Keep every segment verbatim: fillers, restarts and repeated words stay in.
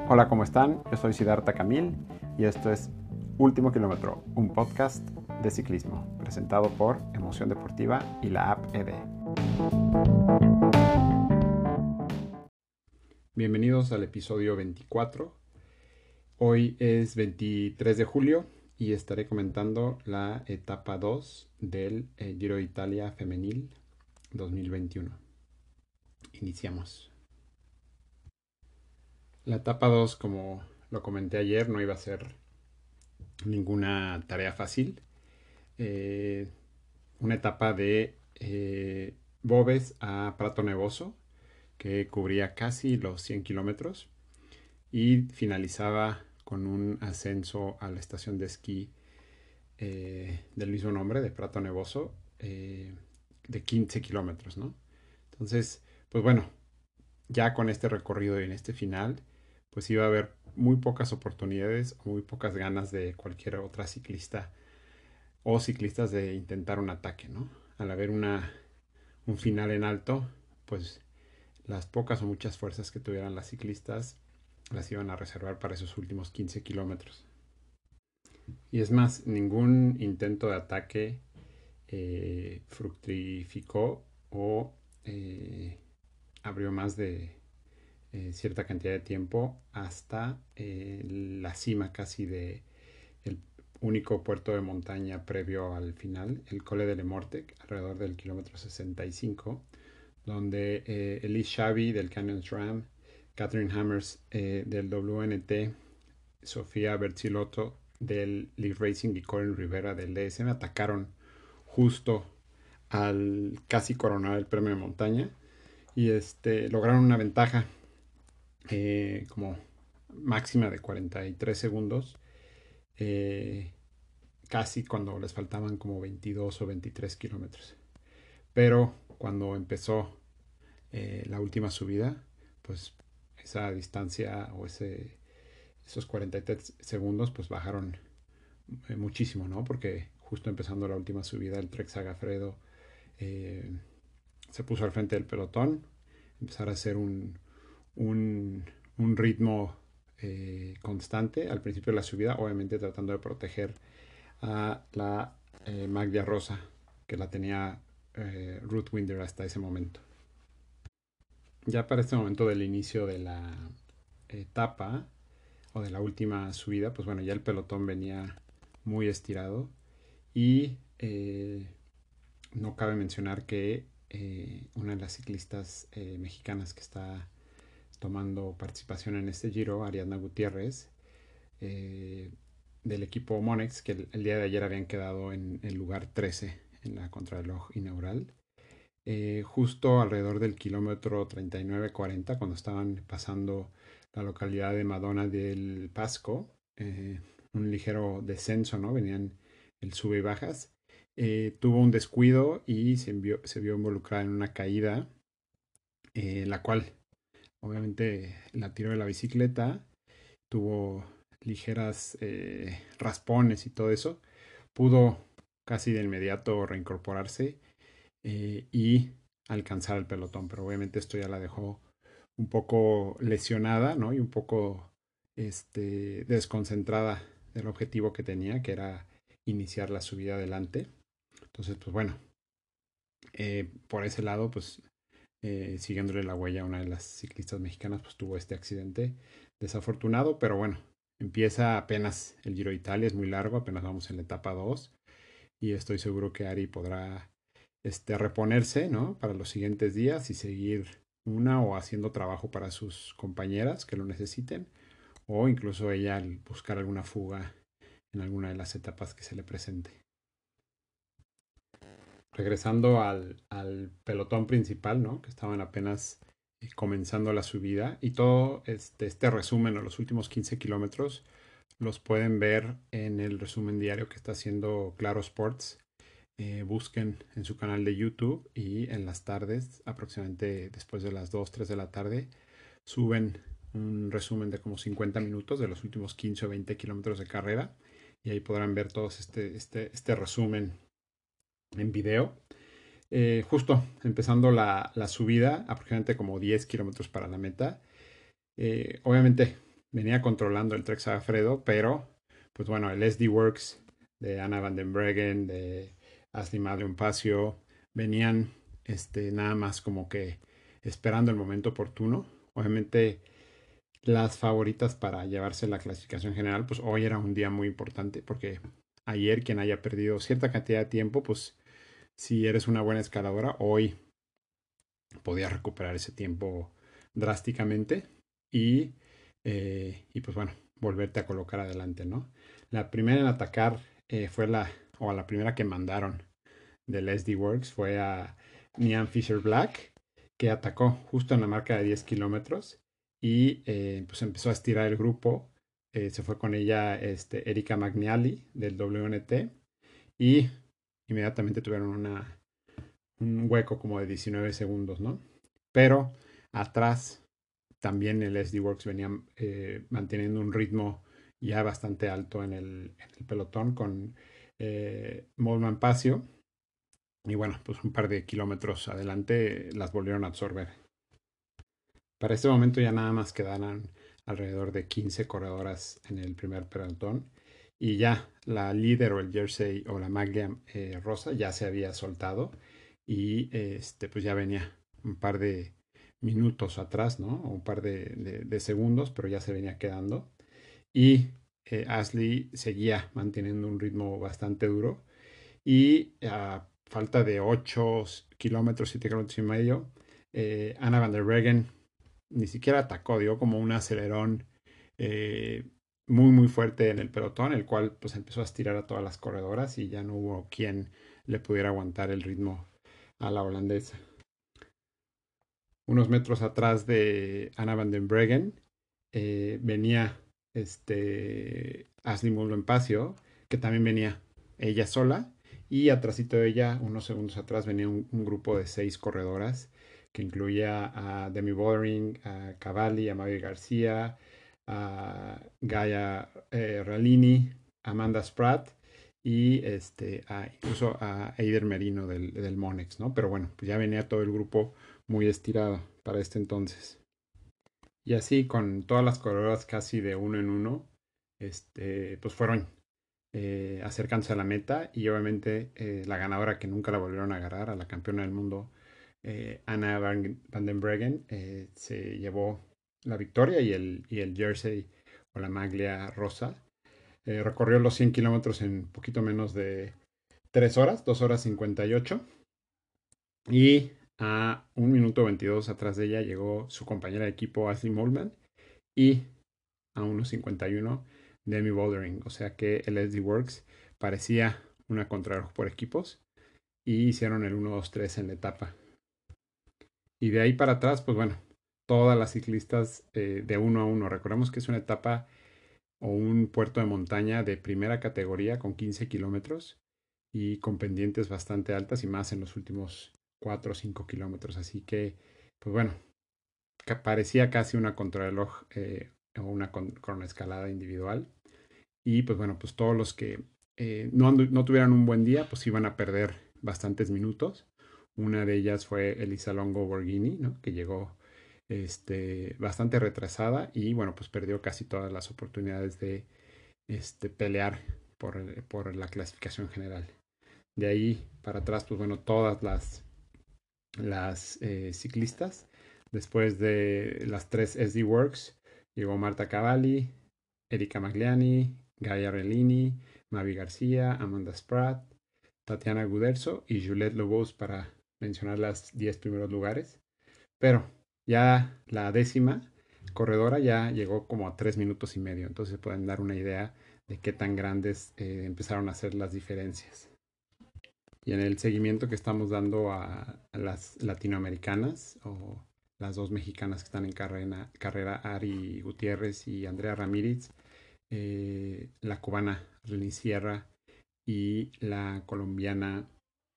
Hola, ¿cómo están? Yo soy Siddhartha Kamil y esto es Último Kilómetro, un podcast de ciclismo presentado por Emoción Deportiva y la app E D. Bienvenidos al episodio veinticuatro. Hoy es veintitrés de julio y estaré comentando la etapa dos del eh, Giro de Italia Femenil dos mil veintiuno. Iniciamos. La etapa dos, como lo comenté ayer, no iba a ser ninguna tarea fácil. Eh, una etapa de eh, Boves a Prato Nevoso, que cubría casi los cien kilómetros y finalizaba con un ascenso a la estación de esquí eh, del mismo nombre, de Prato Nevoso, eh, de quince kilómetros, ¿no? Entonces, pues bueno, ya con este recorrido y en este final, pues iba a haber muy pocas oportunidades o muy pocas ganas de cualquier otra ciclista o ciclistas de intentar un ataque, ¿no? Al haber una, un final en alto, pues las pocas o muchas fuerzas que tuvieran las ciclistas las iban a reservar para esos últimos quince kilómetros. Y es más, ningún intento de ataque eh, fructificó o eh, abrió más de eh, cierta cantidad de tiempo hasta eh, la cima casi de el único puerto de montaña previo al final, el Colle delle Morte, alrededor del kilómetro sesenta y cinco, donde eh, Elise Xavi del Canyon SRAM, Catherine Hammers eh, del W N T, Sofía Bertillotto del Leaf Racing y Corin Rivera del D S M atacaron justo al casi coronar el premio de montaña y este, lograron una ventaja eh, como máxima de cuarenta y tres segundos, eh, casi cuando les faltaban como veintidós o veintitrés kilómetros. Pero cuando empezó eh, la última subida, pues esa distancia o ese, esos cuarenta y tres segundos pues bajaron eh, muchísimo, ¿no? Porque justo empezando la última subida, el Trek Sagafredo eh, se puso al frente del pelotón, empezar a hacer un, un, un ritmo eh, constante al principio de la subida, obviamente tratando de proteger a la eh, Maglia Rosa, que la tenía eh, Ruth Winder hasta ese momento. Ya para este momento del inicio de la etapa o de la última subida, pues bueno, ya el pelotón venía muy estirado y eh, no cabe mencionar que eh, una de las ciclistas eh, mexicanas que está tomando participación en este Giro, Ariadna Gutiérrez, eh, del equipo Monex, que el, el, día de ayer habían quedado en el lugar trece en la contrarreloj inaugural. Eh, justo alrededor del kilómetro treinta y nueve cuarenta, cuando estaban pasando la localidad de Madonna del Pasco, eh, un ligero descenso, ¿no? Venían el sube y bajas. Eh, tuvo un descuido y se, envió, se vio involucrada en una caída, eh, la cual obviamente la tiró de la bicicleta, tuvo ligeras eh, raspones y todo eso. Pudo casi de inmediato reincorporarse eh, y alcanzar el pelotón, pero obviamente esto ya la dejó un poco lesionada, ¿no? Y un poco este, desconcentrada del objetivo que tenía, que era iniciar la subida adelante. Entonces, pues bueno, eh, por ese lado, pues eh, siguiéndole la huella a una de las ciclistas mexicanas, pues tuvo este accidente desafortunado, pero bueno, empieza apenas el Giro de Italia, es muy largo, apenas vamos en la etapa dos y estoy seguro que Ari podrá este, reponerse, ¿no? Para los siguientes días y seguir una o haciendo trabajo para sus compañeras que lo necesiten o incluso ella al buscar alguna fuga en alguna de las etapas que se le presente. Regresando al, al pelotón principal, ¿no? Que estaban apenas eh, comenzando la subida y todo este, este resumen de los últimos quince kilómetros los pueden ver en el resumen diario que está haciendo Claro Sports. Eh, busquen en su canal de YouTube y en las tardes, aproximadamente después de las dos, tres de la tarde, suben un resumen de como cincuenta minutos de los últimos quince o veinte kilómetros de carrera y ahí podrán ver todos este, este, este resumen en video. Eh, justo empezando la, la, subida, aproximadamente como diez kilómetros para la meta. Eh, obviamente venía controlando el Trek Segafredo, pero pues bueno, el S D Works de Anna van den Breggen, de Ashley Madeleine Pasio, venían este, nada más como que esperando el momento oportuno. Obviamente las favoritas para llevarse la clasificación general, pues hoy era un día muy importante porque ayer quien haya perdido cierta cantidad de tiempo, pues si eres una buena escaladora, hoy podías recuperar ese tiempo drásticamente y, eh, y pues bueno, volverte a colocar adelante, ¿no? La primera en atacar eh, fue la, o la primera que mandaron del S D Works fue a Nian Fisher Black, que atacó justo en la marca de diez kilómetros y eh, pues empezó a estirar el grupo. Eh, se fue con ella este, Erika Magniali del W N T y inmediatamente tuvieron una, un hueco como de diecinueve segundos, ¿no? Pero atrás también el S D Works venía eh, manteniendo un ritmo ya bastante alto en el, en el pelotón con eh, Molman Pasio. Y bueno, pues un par de kilómetros adelante las volvieron a absorber. Para este momento ya nada más quedaran alrededor de quince corredoras en el primer pelotón. Y ya la líder o el jersey o la maglia eh, rosa ya se había soltado. Y este, pues ya venía un par de minutos atrás, ¿no? O un par de, de, de segundos, pero ya se venía quedando. Y eh, Ashley seguía manteniendo un ritmo bastante duro. Y a falta de ocho kilómetros, siete kilómetros y medio, eh, Anna van der Breggen ni siquiera atacó, dio como un acelerón eh, muy muy fuerte en el pelotón, el cual pues empezó a estirar a todas las corredoras y ya no hubo quien le pudiera aguantar el ritmo a la holandesa. Unos metros atrás de Anna van den Breggen eh, venía este Ashley Mullen Pasio, que también venía ella sola, y atrásito de ella, unos segundos atrás, venía un, un grupo de seis corredoras que incluía a Demi Vollering, a Cavalli, a Mavi García, a Gaia eh, Ralini, a Amanda Spratt y este, a, incluso a Eider Merino del, del Monex, ¿no? Pero bueno, pues ya venía todo el grupo muy estirado para este entonces. Y así con todas las corredoras casi de uno en uno, este, pues fueron eh, acercándose a la meta y obviamente eh, la ganadora que nunca la volvieron a agarrar, a la campeona del mundo, eh, Anna Van, Van den Breggen, eh, se llevó la victoria y el, y el jersey o la maglia rosa. Eh, recorrió los cien kilómetros en poquito menos de tres horas, dos horas cincuenta y ocho. Y a un minuto veintidós atrás de ella llegó su compañera de equipo Ashley Mollman y a uno cincuenta y uno Demi Bouldering. O sea que el S D Works parecía una contrarreloj por equipos y hicieron el uno dos tres en la etapa. Y de ahí para atrás, pues bueno, todas las ciclistas eh, de uno a uno. Recordemos que es una etapa o un puerto de montaña de primera categoría con quince kilómetros y con pendientes bastante altas y más en los últimos cuatro o cinco kilómetros. Así que, pues bueno, parecía casi una contrarreloj eh, o una con, con, una escalada individual. Y pues bueno, pues todos los que eh, no, no tuvieran un buen día, pues iban a perder bastantes minutos. Una de ellas fue Elisa Longo Borghini, ¿no? Que llegó este, bastante retrasada y bueno, pues perdió casi todas las oportunidades de este, pelear por, el, por la clasificación general. De ahí para atrás, pues bueno, todas las, las eh, ciclistas, después de las tres S D Works, llegó Marta Cavalli, Erika Magliani, Gaia Relini, Mavi García, Amanda Spratt, Tatiana Guderzo y Juliette Lobos para mencionar las diez primeros lugares. Pero ya la décima corredora ya llegó como a tres minutos y medio, entonces pueden dar una idea de qué tan grandes eh, empezaron a ser las diferencias. Y en el seguimiento que estamos dando a, a las latinoamericanas o las dos mexicanas que están en carrera, carrera Ari Gutiérrez y Andrea Ramírez, eh, la cubana Reni Sierra y la colombiana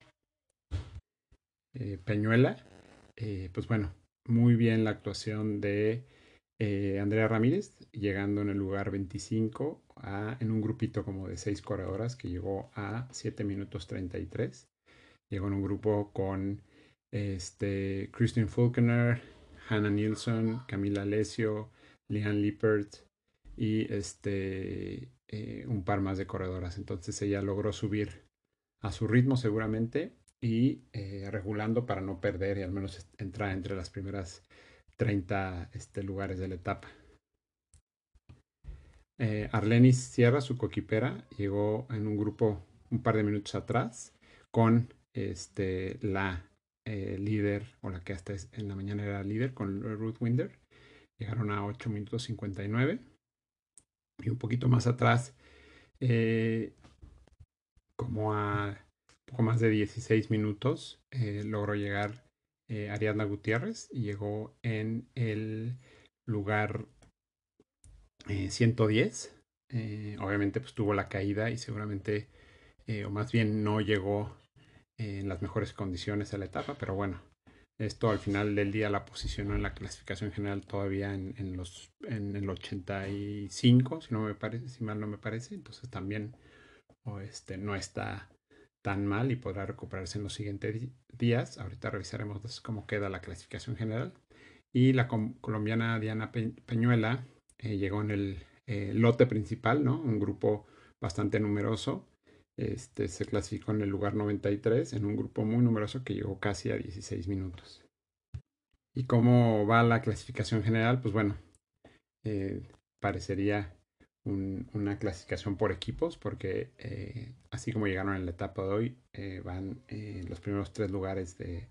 eh, Peñuela, eh, pues bueno, muy bien la actuación de eh, Andrea Ramírez, llegando en el lugar veinticinco a, en un grupito como de seis corredoras que llegó a siete minutos treinta y tres. Llegó en un grupo con este, Christine Fulkener, Hannah Nilsson, Camila Lesio, Lian Lippert, y este, eh, un par más de corredoras. Entonces ella logró subir a su ritmo seguramente y eh, regulando para no perder y al menos entrar entre las primeras treinta este, lugares de la etapa. Eh, Arlenis Sierra, su coquipera, llegó en un grupo un par de minutos atrás con este, la eh, líder, o la que hasta en la mañana era líder, con Ruth Winder. Llegaron a ocho minutos cincuenta y nueve. Y un poquito más atrás, eh, como a poco más de dieciséis minutos, eh, logró llegar eh, Ariadna Gutiérrez y llegó en el lugar eh, ciento diez. Eh, obviamente pues tuvo la caída y seguramente, eh, o más bien no llegó eh, en las mejores condiciones a la etapa, pero bueno, esto al final del día la posicionó en la clasificación general todavía en, en los, en el ochenta y cinco, si no me parece, si mal no me parece, entonces también o este, no está tan mal y podrá recuperarse en los siguientes días. Ahorita revisaremos cómo queda la clasificación general. Y la colombiana Diana Peñuela eh, llegó en el eh, lote principal, ¿no? Un grupo bastante numeroso. Este, se clasificó en el lugar noventa y tres, en un grupo muy numeroso que llegó casi a dieciséis minutos. ¿Y cómo va la clasificación general? Pues bueno, eh, parecería un, una clasificación por equipos, porque eh, así como llegaron en la etapa de hoy, eh, van eh, los primeros tres lugares de,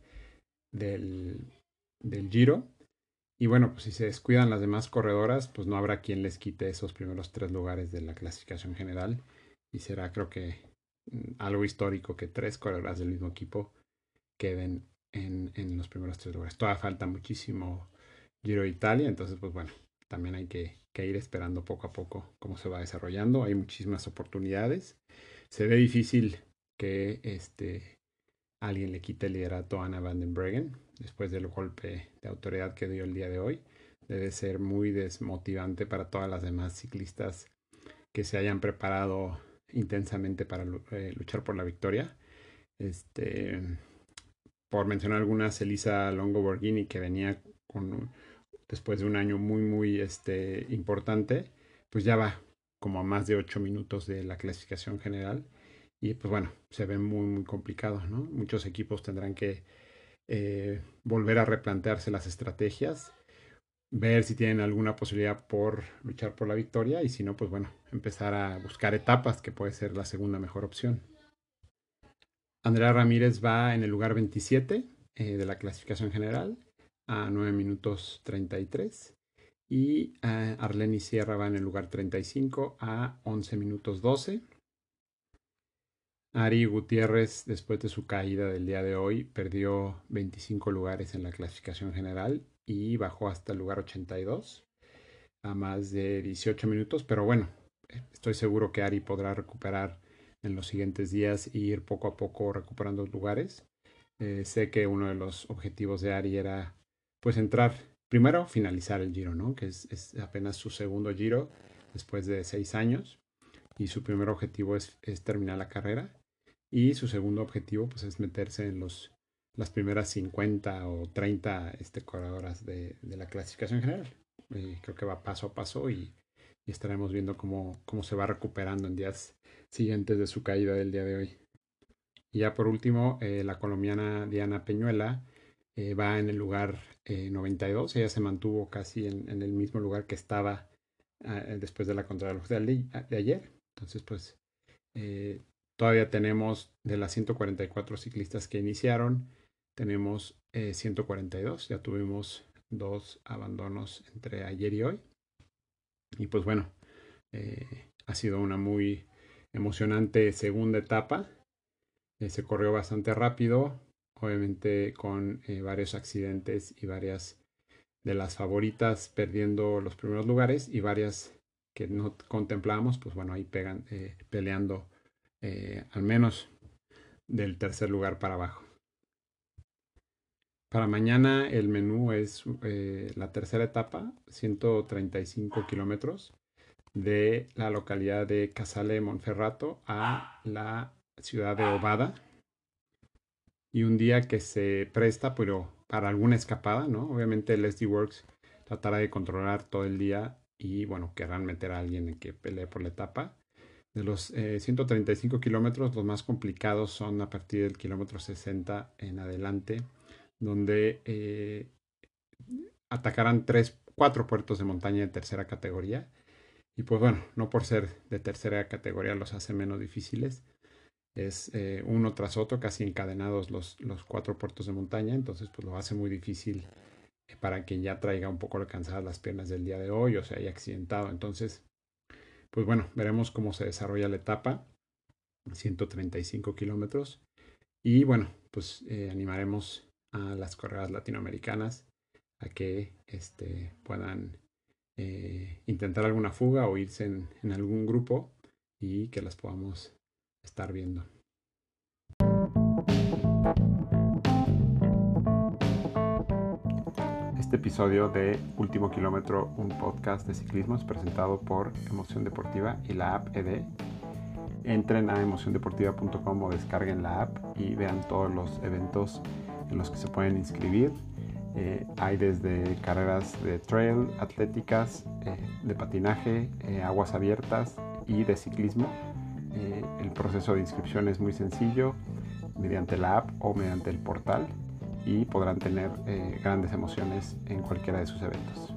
del, del Giro. Y bueno, pues si se descuidan las demás corredoras, pues no habrá quien les quite esos primeros tres lugares de la clasificación general. Y será, creo que, algo histórico que tres corredoras del mismo equipo queden en, en los primeros tres lugares. Todavía falta muchísimo Giro de Italia, entonces pues bueno, también hay que, que ir esperando poco a poco cómo se va desarrollando. Hay muchísimas oportunidades. Se ve difícil que este, alguien le quite el liderato a Anna van den Breggen después del golpe de autoridad que dio el día de hoy. Debe ser muy desmotivante para todas las demás ciclistas que se hayan preparado intensamente para eh, luchar por la victoria. Este, por mencionar algunas, Elisa Longo Borghini, que venía con, después de un año muy, muy este, importante, pues ya va como a más de ocho minutos de la clasificación general. Y pues bueno, se ve muy, muy complicado, ¿no? Muchos equipos tendrán que eh, volver a replantearse las estrategias, ver si tienen alguna posibilidad por luchar por la victoria y si no, pues bueno, empezar a buscar etapas, que puede ser la segunda mejor opción. Andrea Ramírez va en el lugar veintisiete eh, de la clasificación general a nueve minutos treinta y tres. Y uh, Arlenis Sierra va en el lugar treinta y cinco a once minutos doce. Ari Gutiérrez, después de su caída del día de hoy, perdió veinticinco lugares en la clasificación general y bajó hasta el lugar ochenta y dos a más de dieciocho minutos. Pero bueno, estoy seguro que Ari podrá recuperar en los siguientes días e ir poco a poco recuperando lugares. Eh, sé que uno de los objetivos de Ari era pues entrar, primero finalizar el Giro, ¿no? Que es, es apenas su segundo Giro después de seis años y su primer objetivo es, es terminar la carrera y su segundo objetivo pues es meterse en los, las primeras cincuenta o treinta este, corredoras de, de la clasificación general. Eh, creo que va paso a paso y, y estaremos viendo cómo, cómo se va recuperando en días siguientes de su caída del día de hoy. Y ya por último, eh, la colombiana Diana Peñuela eh, va en el lugar eh, noventa y dos. Ella se mantuvo casi en, en el mismo lugar que estaba eh, después de la contrarreloj de, de ayer. Entonces, pues eh, todavía tenemos de las ciento cuarenta y cuatro ciclistas que iniciaron, tenemos eh, ciento cuarenta y dos. Ya tuvimos dos abandonos entre ayer y hoy. Y pues bueno, eh, ha sido una muy emocionante segunda etapa. Eh, se corrió bastante rápido, obviamente con eh, varios accidentes y varias de las favoritas perdiendo los primeros lugares y varias que no contemplábamos, pues bueno, ahí pegan, eh, peleando eh, al menos del tercer lugar para abajo. Para mañana el menú es eh, la tercera etapa, ciento treinta y cinco kilómetros, de la localidad de Casale Monferrato a la ciudad de Ovada. Y un día que se presta, pero para alguna escapada, ¿no? Obviamente el S D Works tratará de controlar todo el día y bueno, querrán meter a alguien en que pelee por la etapa. De los eh, ciento treinta y cinco kilómetros, los más complicados son a partir del kilómetro sesenta en adelante, donde eh, atacarán tres, cuatro puertos de montaña de tercera categoría. Y pues bueno, no por ser de tercera categoría los hace menos difíciles. Es eh, uno tras otro, casi encadenados los, los cuatro puertos de montaña. Entonces pues lo hace muy difícil eh, para quien ya traiga un poco cansadas las piernas del día de hoy o se haya accidentado. Entonces, pues bueno, veremos cómo se desarrolla la etapa. ciento treinta y cinco kilómetros. Y bueno, pues eh, animaremos a las corredoras latinoamericanas a que este, puedan eh, intentar alguna fuga o irse en, en algún grupo y que las podamos estar viendo. Este episodio de Último Kilómetro, un podcast de ciclismo, es presentado por Emoción Deportiva y la app E D. Entren a emoción deportiva punto com o descarguen la app y vean todos los eventos en los que se pueden inscribir. Eh, hay desde carreras de trail, atléticas, eh, de patinaje, eh, aguas abiertas y de ciclismo. Eh, el proceso de inscripción es muy sencillo, mediante la app o mediante el portal, y podrán tener eh, grandes emociones en cualquiera de sus eventos.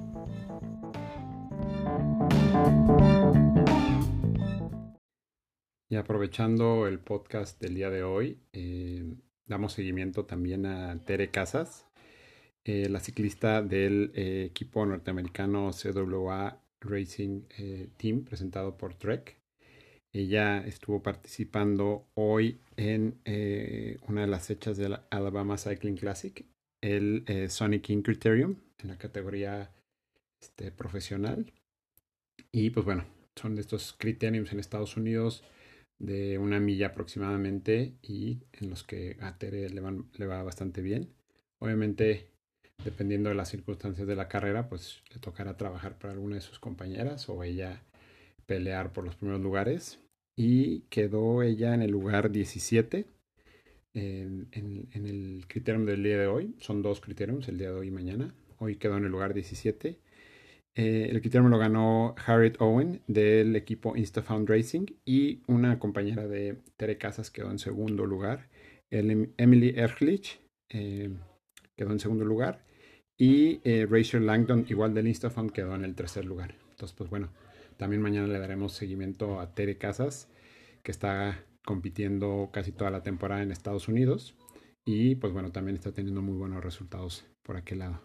Y aprovechando el podcast del día de hoy, eh, damos seguimiento también a Tere Casas, eh, la ciclista del eh, equipo norteamericano C W A Racing eh, Team, presentado por Trek. Ella estuvo participando hoy en eh, una de las fechas del Alabama Cycling Classic, el eh, Sonic King Criterium, en la categoría este, profesional. Y pues bueno, son de estos criteriums en Estados Unidos de una milla aproximadamente y en los que a Tere le, van, le va bastante bien. Obviamente, dependiendo de las circunstancias de la carrera, pues le tocará trabajar para alguna de sus compañeras o ella pelear por los primeros lugares. Y quedó ella en el lugar diecisiete en, en, en el criterium del día de hoy. Son dos criteriums, el día de hoy y mañana. Hoy quedó en el lugar diecisiete. Eh, el criterium lo ganó Harriet Owen del equipo Instafound Racing y una compañera de Tere Casas quedó en segundo lugar. El, Emily Erlich eh, quedó en segundo lugar y eh, Rachel Langdon, igual del Instafound, quedó en el tercer lugar. Entonces, pues bueno, también mañana le daremos seguimiento a Tere Casas, que está compitiendo casi toda la temporada en Estados Unidos y pues bueno, también está teniendo muy buenos resultados por aquel lado.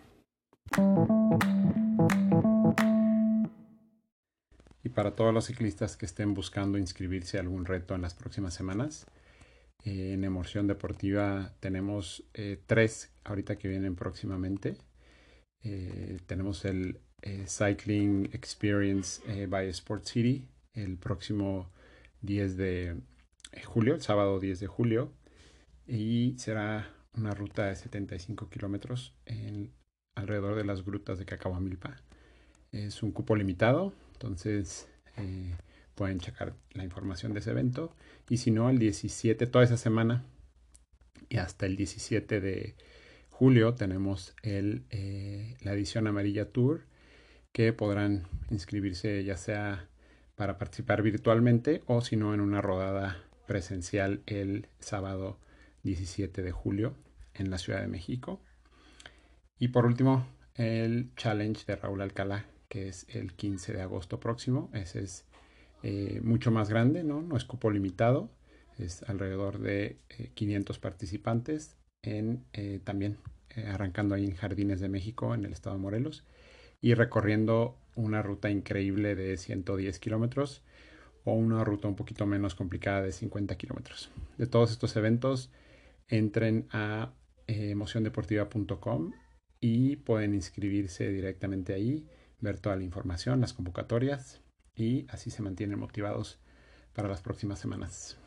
Y para todos los ciclistas que estén buscando inscribirse a algún reto en las próximas semanas, eh, en Emoción Deportiva tenemos eh, tres ahorita que vienen próximamente. Eh, tenemos el eh, Cycling Experience eh, by Sport City el próximo diez de julio, el sábado diez de julio, y será una ruta de setenta y cinco kilómetros en, alrededor de las grutas de Cacahuamilpa. Es un cupo limitado, entonces eh, pueden checar la información de ese evento. Y si no, el diecisiete, toda esa semana y hasta el diecisiete de julio tenemos el, eh, la edición Amarilla Tour, que podrán inscribirse ya sea para participar virtualmente o si no en una rodada presencial el sábado diecisiete de julio en la Ciudad de México. Y por último, el Challenge de Raúl Alcalá, que es el quince de agosto próximo. Ese es eh, mucho más grande, ¿no? No es cupo limitado, es alrededor de eh, quinientos participantes, en, eh, también eh, arrancando ahí en Jardines de México, en el estado de Morelos, y recorriendo una ruta increíble de ciento diez kilómetros o una ruta un poquito menos complicada de cincuenta kilómetros. De todos estos eventos, entren a eh, emoción deportiva punto com y pueden inscribirse directamente ahí, ver toda la información, las convocatorias, y así se mantienen motivados para las próximas semanas.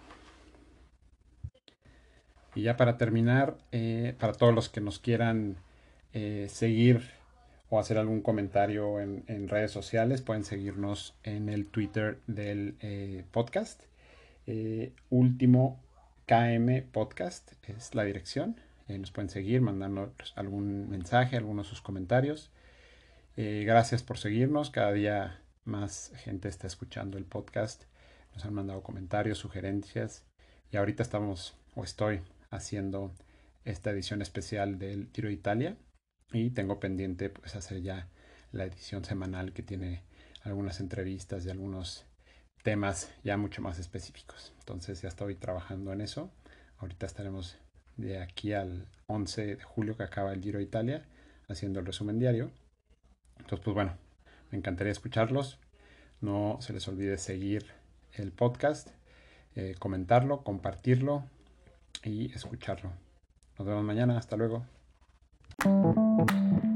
Y ya para terminar, eh, para todos los que nos quieran eh, seguir o hacer algún comentario en, en, redes sociales, pueden seguirnos en el Twitter del eh, podcast. Eh, último K M Podcast es la dirección. Eh, nos pueden seguir, mandarnos algún mensaje, algunos de sus comentarios. Eh, gracias por seguirnos. Cada día más gente está escuchando el podcast. Nos han mandado comentarios, sugerencias. Y ahorita estamos, o estoy, haciendo esta edición especial del Giro de Italia. Y tengo pendiente pues hacer ya la edición semanal que tiene algunas entrevistas y algunos temas ya mucho más específicos. Entonces ya estoy trabajando en eso. Ahorita estaremos de aquí al once de julio que acaba el Giro de Italia haciendo el resumen diario. Entonces pues bueno, me encantaría escucharlos. No se les olvide seguir el podcast, eh, comentarlo, compartirlo y escucharlo. Nos vemos mañana. Hasta luego.